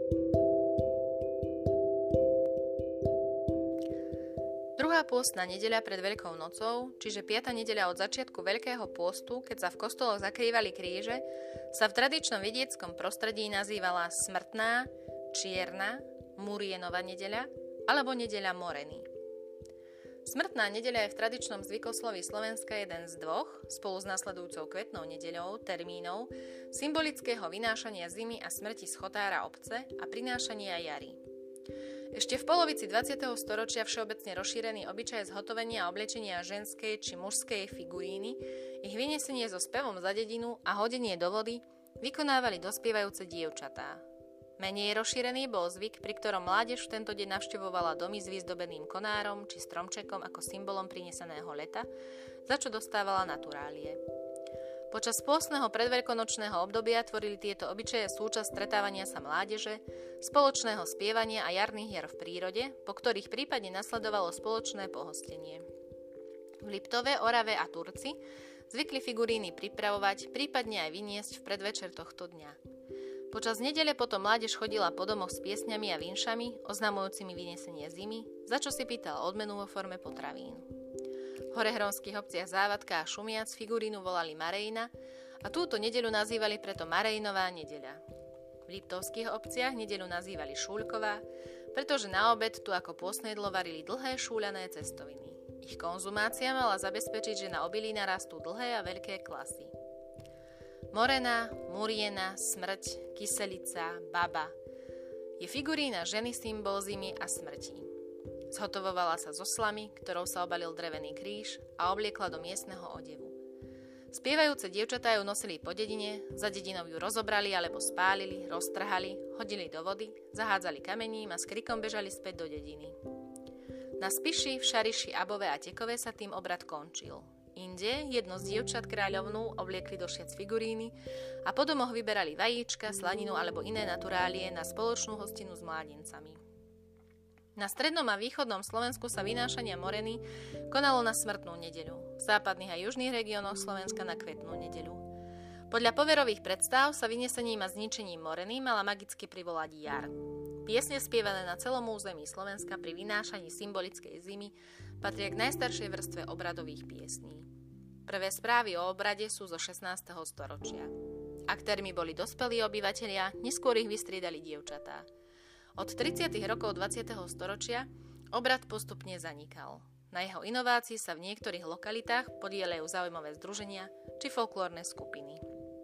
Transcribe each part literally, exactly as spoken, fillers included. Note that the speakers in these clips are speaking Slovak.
Druhá pôstna nedeľa pred Veľkou nocou, čiže piata nedeľa od začiatku Veľkého pôstu, keď sa v kostoloch zakrývali kríže, sa v tradičnom vidieckom prostredí nazývala smrtná, čierna, Murienova nedeľa alebo nedeľa Moreny. Smrtná nedeľa je v tradičnom zvykosloví Slovenska jeden z dvoch, spolu s nasledujúcou kvetnou nedeľou, termínov, symbolického vynášania zimy a smrti z chotára obce a prinášania jary. Ešte v polovici dvadsiateho storočia všeobecne rozšírený obyčaj zhotovenia a oblečenia ženskej či mužskej figuríny, ich vynesenie so spevom za dedinu a hodenie do vody vykonávali dospievajúce dievčatá. Menej rozšírený bol zvyk, pri ktorom mládež v tento deň navštevovala domy s vyzdobeným konárom či stromčekom ako symbolom prineseného leta, za čo dostávala naturálie. Počas pôstneho predveľkonočného obdobia tvorili tieto obyčaje súčasť stretávania sa mládeže, spoločného spievania a jarných hier v prírode, po ktorých prípadne nasledovalo spoločné pohostenie. V Liptove, Orave a Turci zvykli figuríny pripravovať, prípadne aj vyniesť v predvečer tohto dňa. Počas nedele potom mládež chodila po domoch s piesňami a vinšami, oznamujúcimi vynesenie zimy, za čo si pýtala odmenu vo forme potravín. V horehronských obciach Závadka a Šumiac figurínu volali Marejna a túto nedeľu nazývali preto Marejnová nedeľa. V liptovských obciach nedeľu nazývali Šúľková, pretože na obed tu ako pôstne jedlo varili dlhé šúľané cestoviny. Ich konzumácia mala zabezpečiť, že na obilí narastú dlhé a veľké klasy. Morena, Muriena, smrť, kyselica, baba je figurína ženy symbol zimy a smrti. Zhotovovala sa zo slamy, ktorou sa obalil drevený kríž a obliekla do miestneho odevu. Spievajúce dievčatá ju nosili po dedine, za dedinou ju rozobrali alebo spálili, roztrhali, hodili do vody, zahádzali kamením a s krikom bežali späť do dediny. Na Spiši, v Šariši, Above a Tekove sa tým obrad končil. Inde jedno z dievčat kráľovnú obliekli do šiac figuríny a po domoch vyberali vajíčka, slaninu alebo iné naturálie na spoločnú hostinu s mládencami. Na strednom a východnom Slovensku sa vynášania moreny konalo na smrtnú nedeľu, v západných a južných regiónoch Slovenska na kvetnú nedeľu. Podľa poverových predstav sa vynesením a zničením moreny mala magicky privolať jar. Piesne spievané na celom území Slovenska pri vynášaní symbolickej zimy patria k najstaršej vrstve obradových piesní. Prvé správy o obrade sú zo šestnásteho storočia. Aktérmi boli dospelí obyvatelia, neskôr ich vystriedali dievčatá. Od tridsiatych rokov dvadsiateho storočia obrad postupne zanikal. Na jeho inovácii sa v niektorých lokalitách podieľajú záujmové združenia či folklórne skupiny.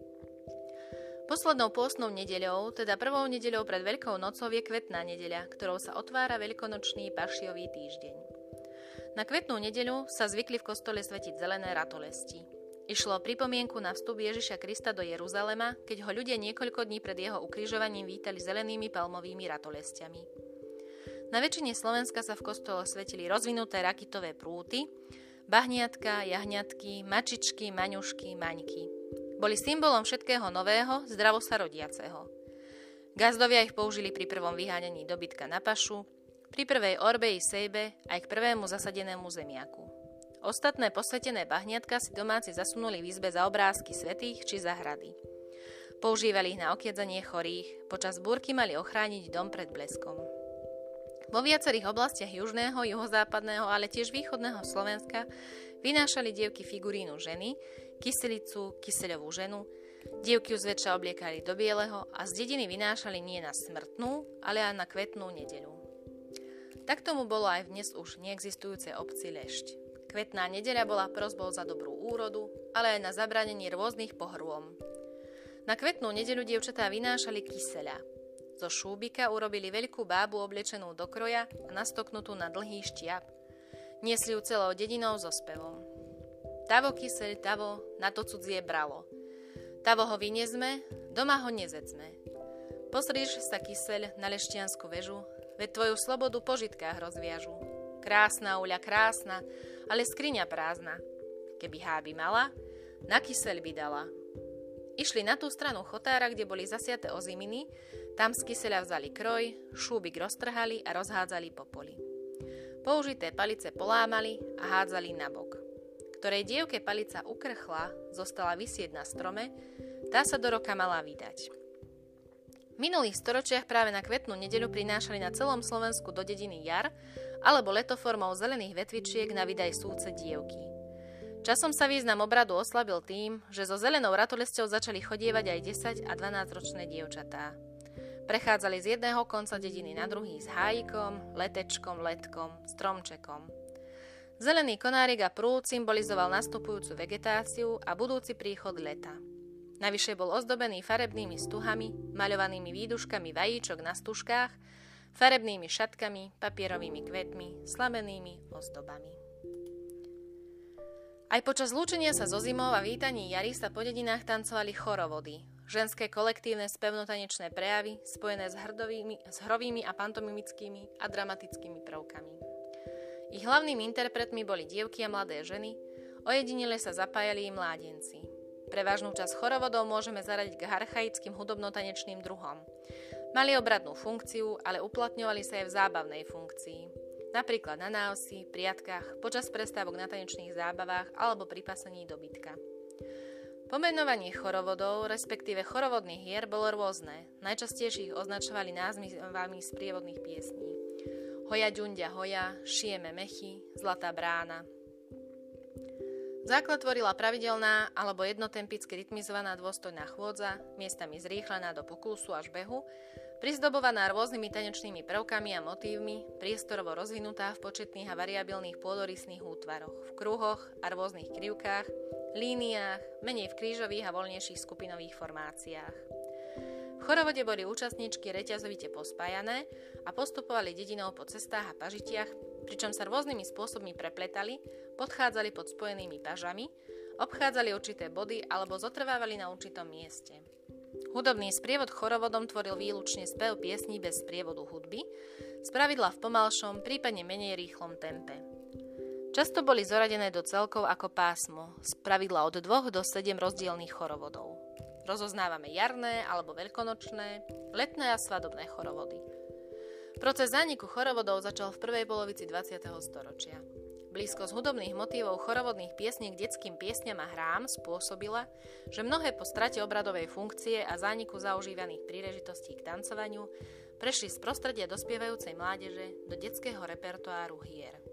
Poslednou pôstnou nedeľou, teda prvou nedeľou pred Veľkou nocou je kvetná nedeľa, ktorou sa otvára veľkonočný Pašiový týždeň. Na kvetnú nedeľu sa zvykli v kostole svetiť zelené ratolesti. Išlo o pripomienku na vstup Ježiša Krista do Jeruzalema, keď ho ľudia niekoľko dní pred jeho ukrižovaním vítali zelenými palmovými ratolestiami. Na väčšine Slovenska sa v kostole svetili rozvinuté rakitové prúty, bahniatka, jahňatky, mačičky, maňušky, maňky. Boli symbolom všetkého nového, zdravo sa rodiaceho. Gazdovia ich použili pri prvom vyháňaní dobytka na pašu, pri prvej orbe i sejbe aj k prvému zasadenému zemiaku. Ostatné posvetené bahniatka si domáci zasunuli v izbe za obrázky svätých či zahrady. Používali ich na okiedzanie chorých, počas búrky mali ochrániť dom pred bleskom. Vo viacerých oblastiach južného, juhozápadného, ale tiež východného Slovenska vynášali dievky figurínu ženy, kyselicu, kyseľovú ženu, dievky ju zväčša obliekali do bieleho a z dediny vynášali nie na smrtnú, ale aj na kvetnú nedeľu. Tak tomu bolo aj v dnes už neexistujúcej obci Lešť. Kvetná nedeľa bola prosbou za dobrú úrodu, ale aj na zabránenie rôznych pohrôm. Na kvetnú nedeľu dievčatá vynášali kyseľa. Zo šúbika urobili veľkú bábu oblečenú do kroja a nastoknutú na dlhý štiap. Niesli ju celou dedinou so spevom. Tavo kyseľ, tavo, na to cudzie bralo. Tavo ho vyniesme, doma ho nezecme. Posriš sa kyseľ na Lešťanskú väžu, veď tvoju slobodu po žitkách rozviažu. Krásna uľa, krásna, ale skriňa prázdna. Keby háby mala, na kyseľ by dala. Išli na tú stranu chotára, kde boli zasiate oziminy, tam z kyseľa vzali kroj, šúbik roztrhali a rozhádzali po poli. Použité palice polámali a hádzali na bok. Ktorej dievke palica ukrchla, zostala visieť na strome, tá sa do roka mala vydať. V minulých storočiach práve na kvetnú nedeľu prinášali na celom Slovensku do dediny jar alebo leto formou zelených vetvičiek na vydaj súce dievky. Časom sa význam obradu oslabil tým, že so zelenou ratolesťou začali chodievať aj desať a dvanásťročné dievčatá. Prechádzali z jedného konca dediny na druhý s hájikom, letečkom, letkom, stromčekom. Zelený konárik a prúd symbolizoval nastupujúcu vegetáciu a budúci príchod leta. Navyše bol ozdobený farebnými stuhami, maľovanými výduškami vajíčok na stužkách, farebnými šatkami, papierovými kvetmi, slamenými ozdobami. Aj počas lúčenia sa zo zimou a vítaní jary sa po dedinách tancovali chorovody, ženské kolektívne spevnotanečné prejavy spojené s, hrdovými, s hrovými a pantomimickými a dramatickými prvkami. Ich hlavnými interpretmi boli dievky a mladé ženy, ojedinele sa zapájali i mládenci. Prevažnú časť chorovodov môžeme zaradiť k archaickým hudobno-tanečným druhom. Mali obradnú funkciu, ale uplatňovali sa aj v zábavnej funkcii. Napríklad na návsi, pri jatkách, počas prestávok na tanečných zábavách alebo pri pasení dobytka. Pomenovanie chorovodov, respektíve chorovodných hier, bolo rôzne. Najčastejšie ich označovali názvami z prievodných piesní. Hoja ďunďa hoja, šijeme mechy, zlatá brána. Základ tvorila pravidelná alebo jednotempicky rytmizovaná dôstojná chôdza, miestami zrýchlená do pokúsu až behu, prizdobovaná rôznymi tanečnými prvkami a motívmi, priestorovo rozvinutá v početných a variabilných pôdorysných útvaroch, v kruhoch a rôznych krivkách, líniách, menej v krížových a voľnejších skupinových formáciách. V chorovode boli účastníčky reťazovite pospájané a postupovali dedinou po cestách a pažitiach, pričom sa rôznymi spôsobmi prepletali, podchádzali pod spojenými pažami, obchádzali určité body alebo zotrvávali na určitom mieste. Hudobný sprievod chorovodom tvoril výlučne spev piesní bez sprievodu hudby, spravidla v pomalšom, prípadne menej rýchlom tempe. Často boli zoradené do celkov ako pásmo, spravidla od dvoch do sedem rozdielných chorovodov. Rozoznávame jarné alebo veľkonočné, letné a svadobné chorovody. Proces zániku chorovodov začal v prvej polovici dvadsiateho storočia. Blízkosť hudobných motívov chorovodných piesní k detským piesňam a hrám spôsobila, že mnohé po strate obradovej funkcie a zániku zaužívaných príležitostí k tancovaniu prešli z prostredia dospievajúcej mládeže do detského repertoáru hier.